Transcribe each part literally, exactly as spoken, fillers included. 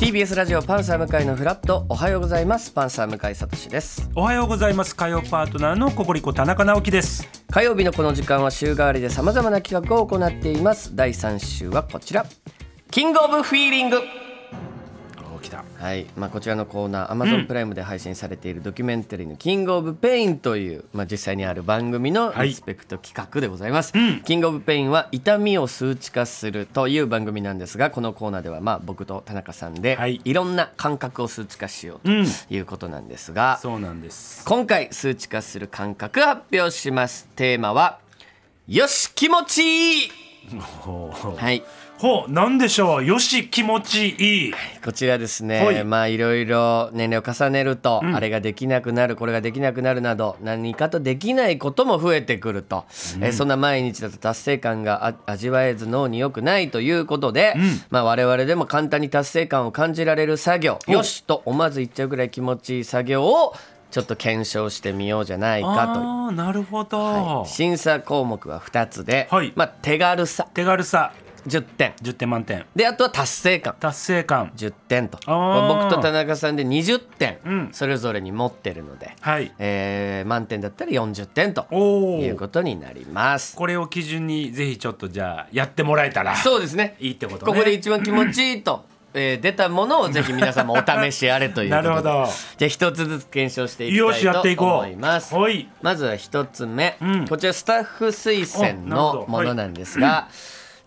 ティービーエス ラジオパンサー向井のフラット、おはようございます。パンサー向井聡です。 おはようございます。火曜パートナーのココリコ田中直樹です。 火曜日のこの時間は週替わりで様々な企画を行っています。だいさん週はこちら、キングオブフィーリング。 来た。 はい、まあ、こちらのコーナー Amazon プライムで配信されているドキュメンタリーのキングオブペインという、まあ、実際にある番組のリスペクト企画でございます、はい、うん、キングオブペインは痛みを数値化するという番組なんですが、このコーナーではまあ僕と田中さんで、はい、いろんな感覚を数値化しようということなんですが、 うん、そうなんです。 今回数値化する感覚発表します。テーマはよし気持ちいい。はい、 ほう、なんでしょう。よし気持ちいい。 こちらですね、まあいろいろ年齢を重ねると、うん、あれができなくなる、これができなくなるなど、何かとできないことも増えてくると、うん、えそんな毎日だと達成感が味わえず脳に良くないということで、うん、まあ、我々でも簡単に達成感を感じられる作業、よしと思わず言っちゃうぐらい気持ちいい作業をちょっと検証してみようじゃないかと。 あー、なるほど、 はい、審査項目はふたつで、 はい、 まあ、手軽さ手軽さじゅってん、 じゅってん満点で、あとは達成感達成感じゅってんと、僕と田中さんでにじゅってんそれぞれに持ってるので、 はい、 えー、満点だったらよんじゅってんということになります。 これを基準にぜひちょっとじゃあやってもらえたらそうですね、 いいってことね。 ここで一番気持ちいいとえー、出たものをぜひ皆さんもお試しあれということでなるほど。 じゃあ一つずつ検証していきたいと思います。まずは一つ目、うん、こちらスタッフ推薦のものなんですが、はい、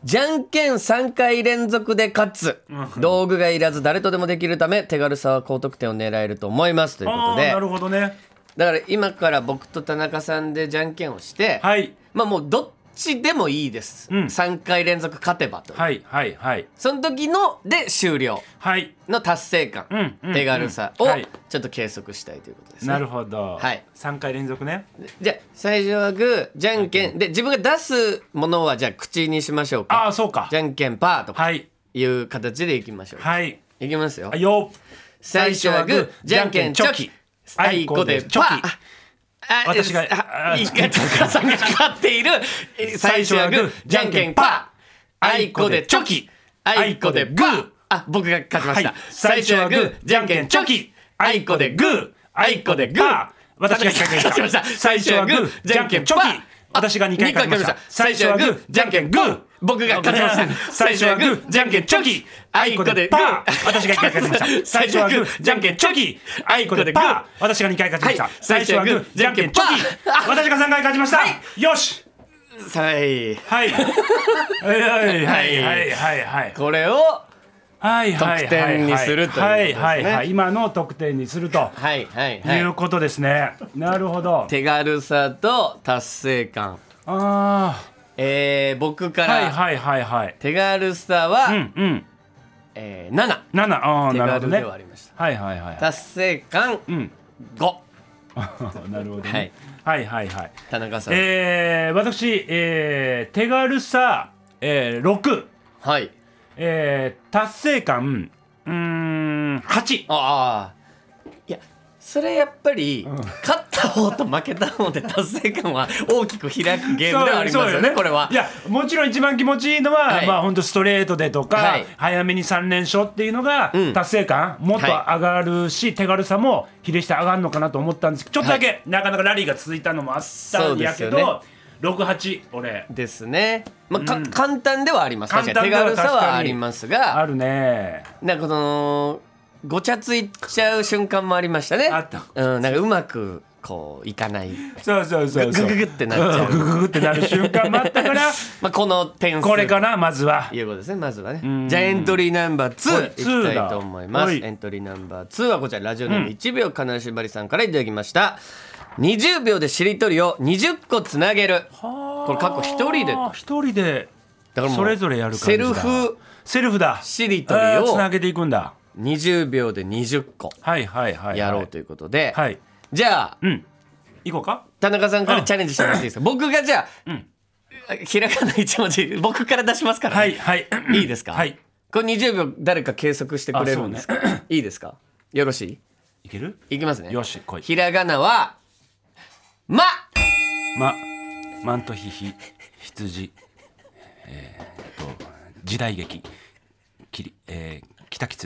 じゃんけんさんかい連続で勝つ、うん、道具がいらず誰とでもできるため手軽さは高得点を狙えると思いますということで。 なるほどね。 だから今から僕と田中さんでじゃんけんをして、はい、まあもうどっちでもいいです、うん、さんかい連続勝てばと、はいはいはい、その時ので終了の達成感、はい、手軽さをちょっと計測したいということですね。 なるほど、はい、さんかい連続ね。 じゃあ最初はグーじゃんけんで、自分が出すものはじゃあ口にしましょうか。 ああ、そうか。 じゃんけんパーとかいう形でいきましょう。はい、いきますよ。 はいよ。 最初はグーじゃんけんチョキ、あいこでパー。 私が田中さんが勝っている。最初はグーじゃんけんパー、あいこでチョキ、あいこでグー。あ、僕が勝ちました、はい、最初はグーじゃんけんチョキ、あいこでグー、あいこでグー。 私が勝ちました。最初はグーじゃんけんチョキ、私がにかい勝ちました。最初はグーじゃんけんグー、 僕が勝ちました。 最初はグーじゃんけんチョキ、あいこでパー、私がいっかい勝ちました。最初はグーじゃんけんチョキ、あいこでパー、私がにかい勝ちました。最初はグーじゃんけんチョキ、私がさんかい勝ちました。よし。 はいはいはいはいはいはいはい。 これを得点にするということですね。はいはいはい。 今の得点にするということですね。なるほど。 手軽さと達成感。ああ。えー、僕から、はいはいはいはい、手軽さは、うんうん、えー、なな。 なな、ああ、 手軽ではありました。 はいはいはい。 達成感、うん、ご。 なるほどね。はい、はいはいはい。 田中さん。 えー、私、えー、手軽さ、えー、ろく。 はい。 えー、達成感、うーん、はち。 ああ。いや、それやっぱり、うん、勝った方と負けた方で達成感は大きく開くゲームではありますよね、これは。 いや、もちろん一番気持ちいいのは、はい、まあ本当ストレートでとか、はい、早めにさん連勝っていうのが、うん、達成感もっと上がるし、はい、手軽さも比例して上がるのかなと思ったんですけど、ちょっとだけ、はい、なかなかラリーが続いたのもあったんやけど、ろくはち俺ですね。まあ、うん、簡単ではあります。確かに手軽さはありますが、 あるね。 なんかそのごちゃついちゃう瞬間もありましたね。 あった、 うん、なんかうまくこういかない。 そうそうそうそう、 グググってなっちゃう、 グググってなる瞬間もあったからまあこの点数これかな、まずはいうことですね。まずはね、じゃあエントリーナンバーツーいきたいと思います。エントリーナンバーツーはこちら、ラジオネームいちびょう金縛りさんからいただきました。にじゅうびょうでしりとりをにじゅっこつなげる。これ過去ひとりで一人でそれぞれやる感じだ。 セルフセルフだ。 しりとりをつなげていくんだ。 にじゅうびょうでにじゅっこやろうということで、 はい、 じゃあ、 うん、いこうか。 田中さんからチャレンジしてもらっていいですか。僕がじゃあ、うん、ひらがな一文字僕から出しますから、ね、 はいはい、 いいですか。 はい、 これにじゅうびょう誰か計測してくれるんですか、ね、いいですか。よろしい。 いける。 いきますね。 よし、来い。 ひらがなはま。 ま、マントヒヒ羊、えー、と時代劇きり、えー、北狐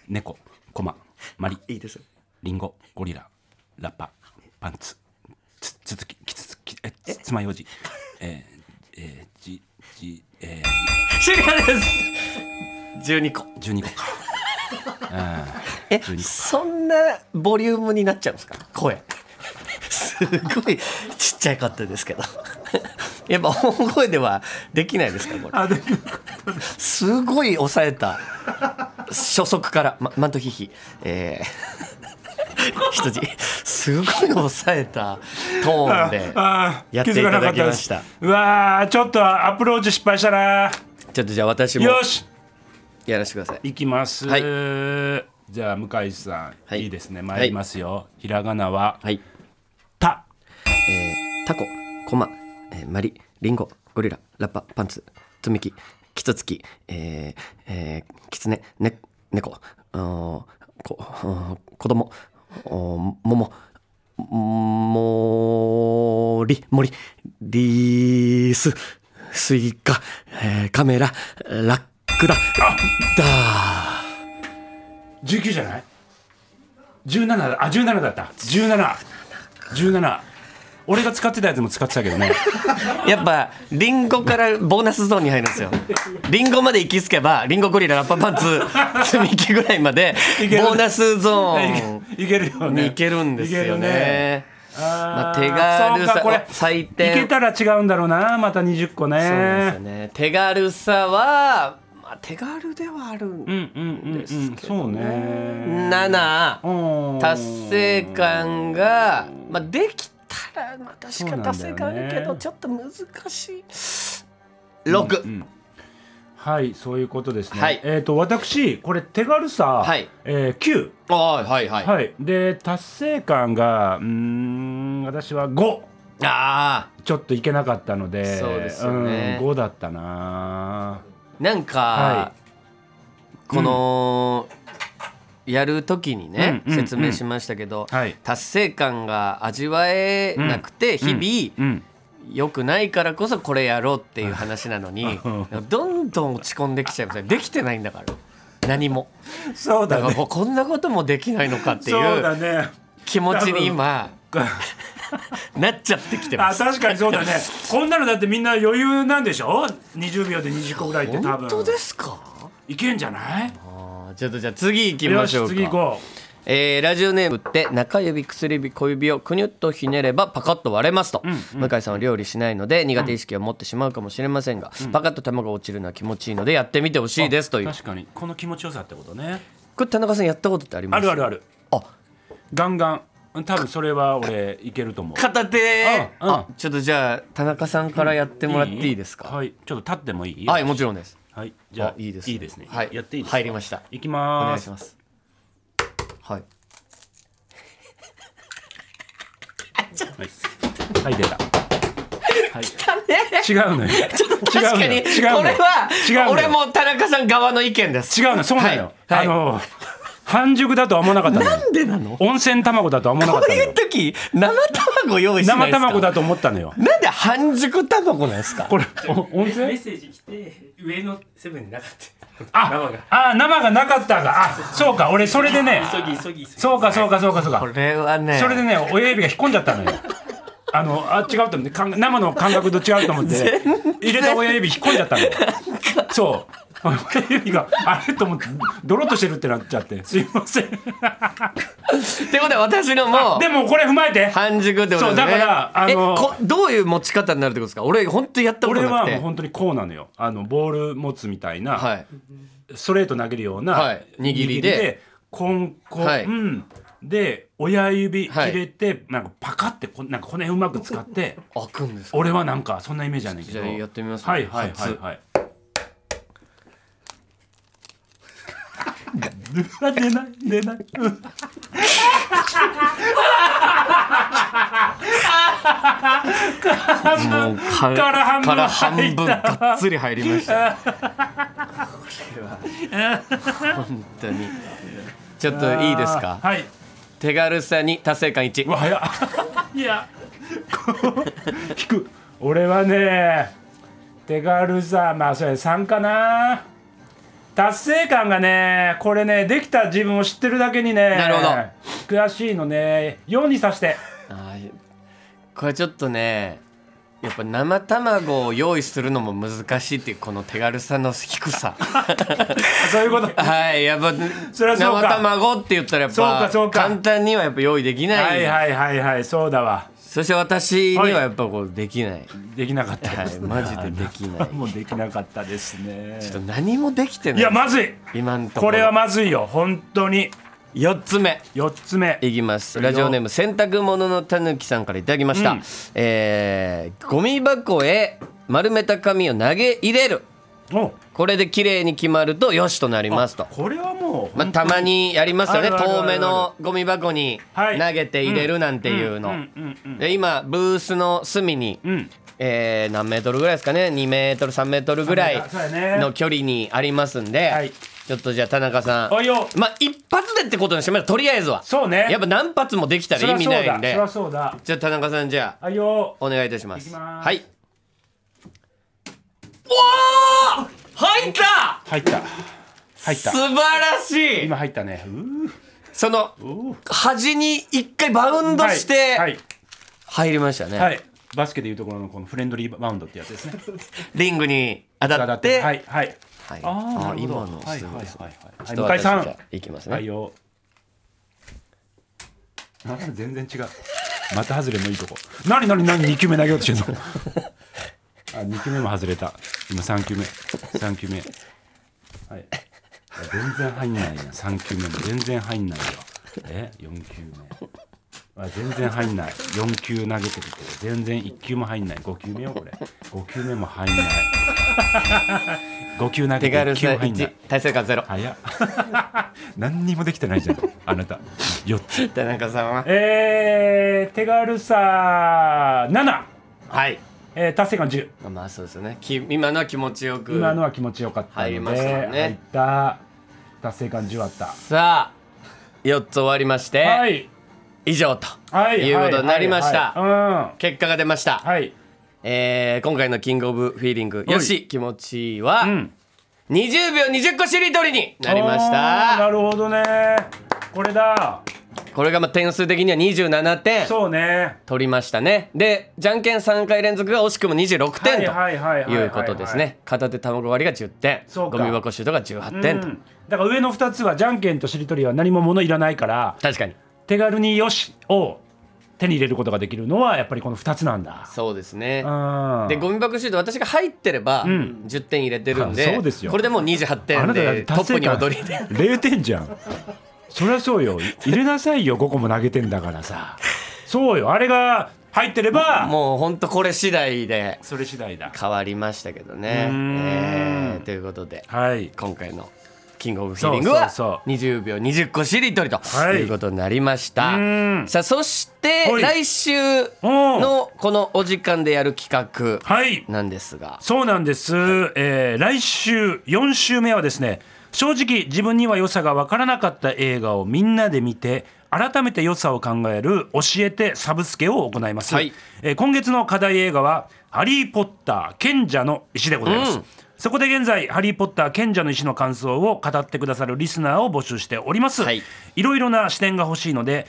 猫、コマ、マリ、 いいですリンゴ、ゴリラ、ラッパ、パンツ、つ続き、きつき、え、つつまようじ、えー、えー、じ、じ、えー、 終了ですじゅうにこじゅうにこかえそんなボリュームになっちゃうんですか声すごいちっちゃいかったですけどやっぱ大声ではできないですかこれ。 あすごい抑えた初速から、ま、マントヒヒ、えー、羊すごい抑えたトーンでやっていただきました。 うわーちょっとアプローチ失敗したな。 ちょっとじゃあ私もよしやらせてください。 いきます、 はい、 じゃあ向井さん、はい、いいですね参りますよ、はい、ひらがなは、 はい、 た、 えー、タコ、コマ、えー、マリ、リンゴ、ゴリラ、ラッパ、パンツ、積み木、キツツキ、えーえー、キツネ、ね、猫、こ子供、もも、もり、もり、リース、スイカ、えー、カメラ、ラックダ、だじゅうきゅうじゃない？じゅうななだ、あ、じゅうななだった。じゅうなな。じゅうなな。俺が使ってたやつも使ってたけどね。 やっぱリンゴからボーナスゾーンに入るんですよ。リンゴまで行き着けばリンゴゴリララッパパンツ積み木ぐらいまでボーナスゾーンいけるよね。 いけるんですよね。まあ、手軽さこれ採点いけたら違うんだろうな。またにじゅっこね。 そうですよね。手軽さは、まあ、手軽ではあるんですけどね。なな達成感が、まあ、できたら、まあ、確かに達成感あるけど、ね、ちょっと難しい。ろく、うんうん、 はいそういうことですね、 はい、 えーと私これ手軽さ、はいえー、きゅう、 あ、はいはいはい、で達成感がうーん私はご、 あちょっといけなかったのでそうですよね、 うん、ごだったな。 なんか、はい、この、うん、やる時にね、うんうんうん、説明しましたけど、はい、達成感が味わえなくて、うん、日々、うんうん良くないからこそこれやろうっていう話なのにどんどん落ち込んできちゃいますね。できてないんだから何も。 そうだね。 だからこんなこともできないのかっていう気持ちに今なっちゃってきてます。 あ、確かにそうだね。こんなのだってみんな余裕なんでしょ。にじゅうびょうでにじゅっこぐらいって多分。 本当ですか。 いけんじゃない。 あ、ちょっとじゃあ次行きましょうか。 よし次行こう。 えー、ラジオネームって中指薬指小指をくにゅっとひねればパカッと割れますと、うんうん、向井さんは料理しないので苦手意識を持ってしまうかもしれませんが、うん、パカッと卵が落ちるのは気持ちいいのでやってみてほしいですという。 確かにこの気持ちよさってことね。 これ田中さんやったことってあります？ あるあるある。 あ、 ガンガン多分それは俺いけると思う。 片手、うんうん、あ、ちょっとじゃあ田中さんからやってもらっていいですか？ うん、いいはい、ちょっと立ってもいい？ はい、もちろんです。 はい、じゃあいいですね。 いいですね。 はい、 やっていいですか？ 入りました。 いきます。 お願いします。はい。 はい、出た。はい、違うのよ。 ちょっと確かにこれは俺も田中さん側の意見です。 違うの、そうなのよ。はい、あの半熟だとは思わなかったのよ。 なんでなの？ 温泉卵だとは思わなかったのよ。 こういう時生卵用意しないですか？ 生卵だと思ったのよ。 なんで半熟卵なんですか？ これ温泉メッセージ来て上のセブンになかった。 あ、生があ生がなかったが、あ、そうか、俺それでね、 急ぎ急ぎ急ぎ、 そうかそうかそうかそうか。 これはね、 それでね親指が引っ込んじゃったのよ。あのあ違うと思って、生の感覚と違うと思って入れた親指引っ込んじゃったのよ。そう。親指があれと思ってドロッとしてるってなっちゃって、すいません。ってことは私のもでもこれ踏まえて半熟ってことですね。 そうだからあのこどういう持ち方になるってことですか？俺本当にやったことなくて。 俺はもう本当にこうなのよ。あのボール持つみたいな、はい、ストレート投げるような、 はい、握りでコンコン、はい、で親指入れて、はい、なんかパカってこなんか骨うまく使って開くんですか？ 俺はなんかそんなイメージじゃないけど。 じゃあやってみます、 ね。はいはいはいはい。出ない出ない。 もうから半分半分がっつり入りました。これは本当にちょっといいですか？ はい。 手軽さに達成感いち。 うわ早っ。いや引く。俺はね手軽さまあそれさんかな。 達成感がねこれねできた自分を知ってるだけにねなるほど悔しいのねよんにさしてあーこれちょっとねやっぱ生卵を用意するのも難しいっていうこの手軽さの低さそういうことはいやっぱそりゃそうか生卵って言ったらやっそうかぱそうか簡単にはやっぱ用意できない、 はいはいはいはいそうだわそして私にはやっぱこうできない、 できなかったです、 はい、マジでできないもうできなかったですねちょっと何もできてないいやまずい今んところこれはまずいよ本当によっつめよっつめいきますラジオネーム洗濯物のたぬきさんからいただきました、うんえー、ゴミ箱へ丸めた紙を投げ入れるおこれで綺麗に決まるとよしとなりますとこれはもう、 まあ、たまにやりますよねあるあるある透明のゴミ箱に投げて入れるなんていうので今ブースの隅に、うんえー、何メートルぐらいですかねにメートルさんメートルぐらいの距離にありますんで、はいちょっとじゃあ田中さんおいよまあ一発でってことにしてもとりあえずはそうねやっぱ何発もできたら意味ないんでそりゃそうだじゃあ田中さんじゃあはいよお願いいたしますいきますはいおー入った入った入った素晴らしい今入ったねうーその端に一回バウンドして入りましたね、 はいはい、バスケでいうところのこのフレンドリーバウンドってやつですねリングに当たってはいはいはい、 ああ今のはいはいはいはい向井さんいきますねはいよあ全然違うまた外れもいいとこ何何何に球目投げようとしてんのあに球目も外れた今さん球目さん球目はい全然入んないなさん球目も全然入んないよえよん球目あ全然入んないよん球投げてるけど全然いっ球も入んないご球目よこれご球目も入んないご球投げていっ球も入んない手軽さいち体勢感ゼロ早っ何にもできてないじゃんあなたよっつ田中さんはえー、手軽さななはい、 えー、達成感じゅうまあそうですねき今のは気持ちよく今のは気持ちよかったので入りましたね入った達成感じゅうあったさあよっつ終わりまして、はい、以上ということになりました、はいはいはいうん、結果が出ました、はいえー、今回のキングオブフィーリングよし気持ちいいは、うん、にじゅうびょうにじゅっこしりとりになりましたなるほどねこれだこれがまあ点数的にはにじゅうななてんそうね取りましたねでじゃんけんさんかい連続が惜しくもにじゅうろくてんということですね片手卵割りがじゅってんゴミ箱シュートがじゅうはってんと、うん、 だから上のふたつはじゃんけんとしりとりは何も物いらないから確かに手軽によしを手に入れることができるのはやっぱりこのふたつなんだそうですねでゴミ箱シュート私が入ってればじゅってん入れてるんで、 そうですよこれでもうにじゅうはってんでトップに躍りでれいてんじゃんそりゃそうよ入れなさいよごこも投げてんだからさそうよあれが入ってればもうほんとこれ次第でそれ次第だ変わりましたけどね、えー、ということで、はい、今回のキングオブフィーリングはにじゅうびょうにじゅっこしりとりということになりました、はい、さあそして来週のこのお時間でやる企画なんですが、 はい、そうなんです、えー、来週よん週目はですね正直自分には良さが分からなかった映画をみんなで見て改めて良さを考える教えてサブスケを行います、はいえー、今月の課題映画はハリーポッター賢者の石でございます、うんそこで現在ハリーポッター賢者の石の感想を語ってくださるリスナーを募集しております、はい、いろいろな視点が欲しいので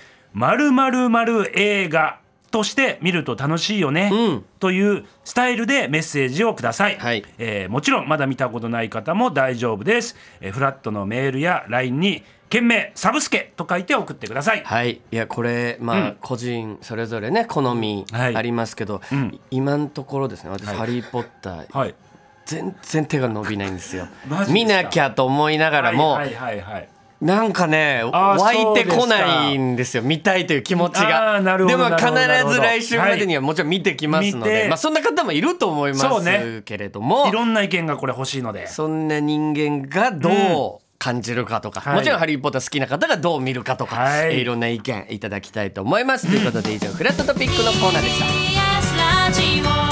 〇〇〇映画として見ると楽しいよね、うん、というスタイルでメッセージをください、はいえー、もちろんまだ見たことない方も大丈夫です、えー、フラットのメールや ライン に件名サブスケと書いて送ってください。 はい、いやこれまあ、うん、個人それぞれね好みありますけど、はいうん、今のところですね私、はい、ハリーポッター、はい全然手が伸びないんですよ見なきゃと思いながらも、はいはいはいはい、なんかね湧いてこないんですよ見たいという気持ちがでも必ず来週までにはもちろん見てきますので、はいまあ、そんな方もいると思いますけれども、 ね、いろんな意見がこれ欲しいのでそんな人間がどう感じるかとか、うん、もちろんハリーポッター好きな方がどう見るかとか、はい、いろんな意見いただきたいと思いますということで以上フラットトピックのコーナーでした。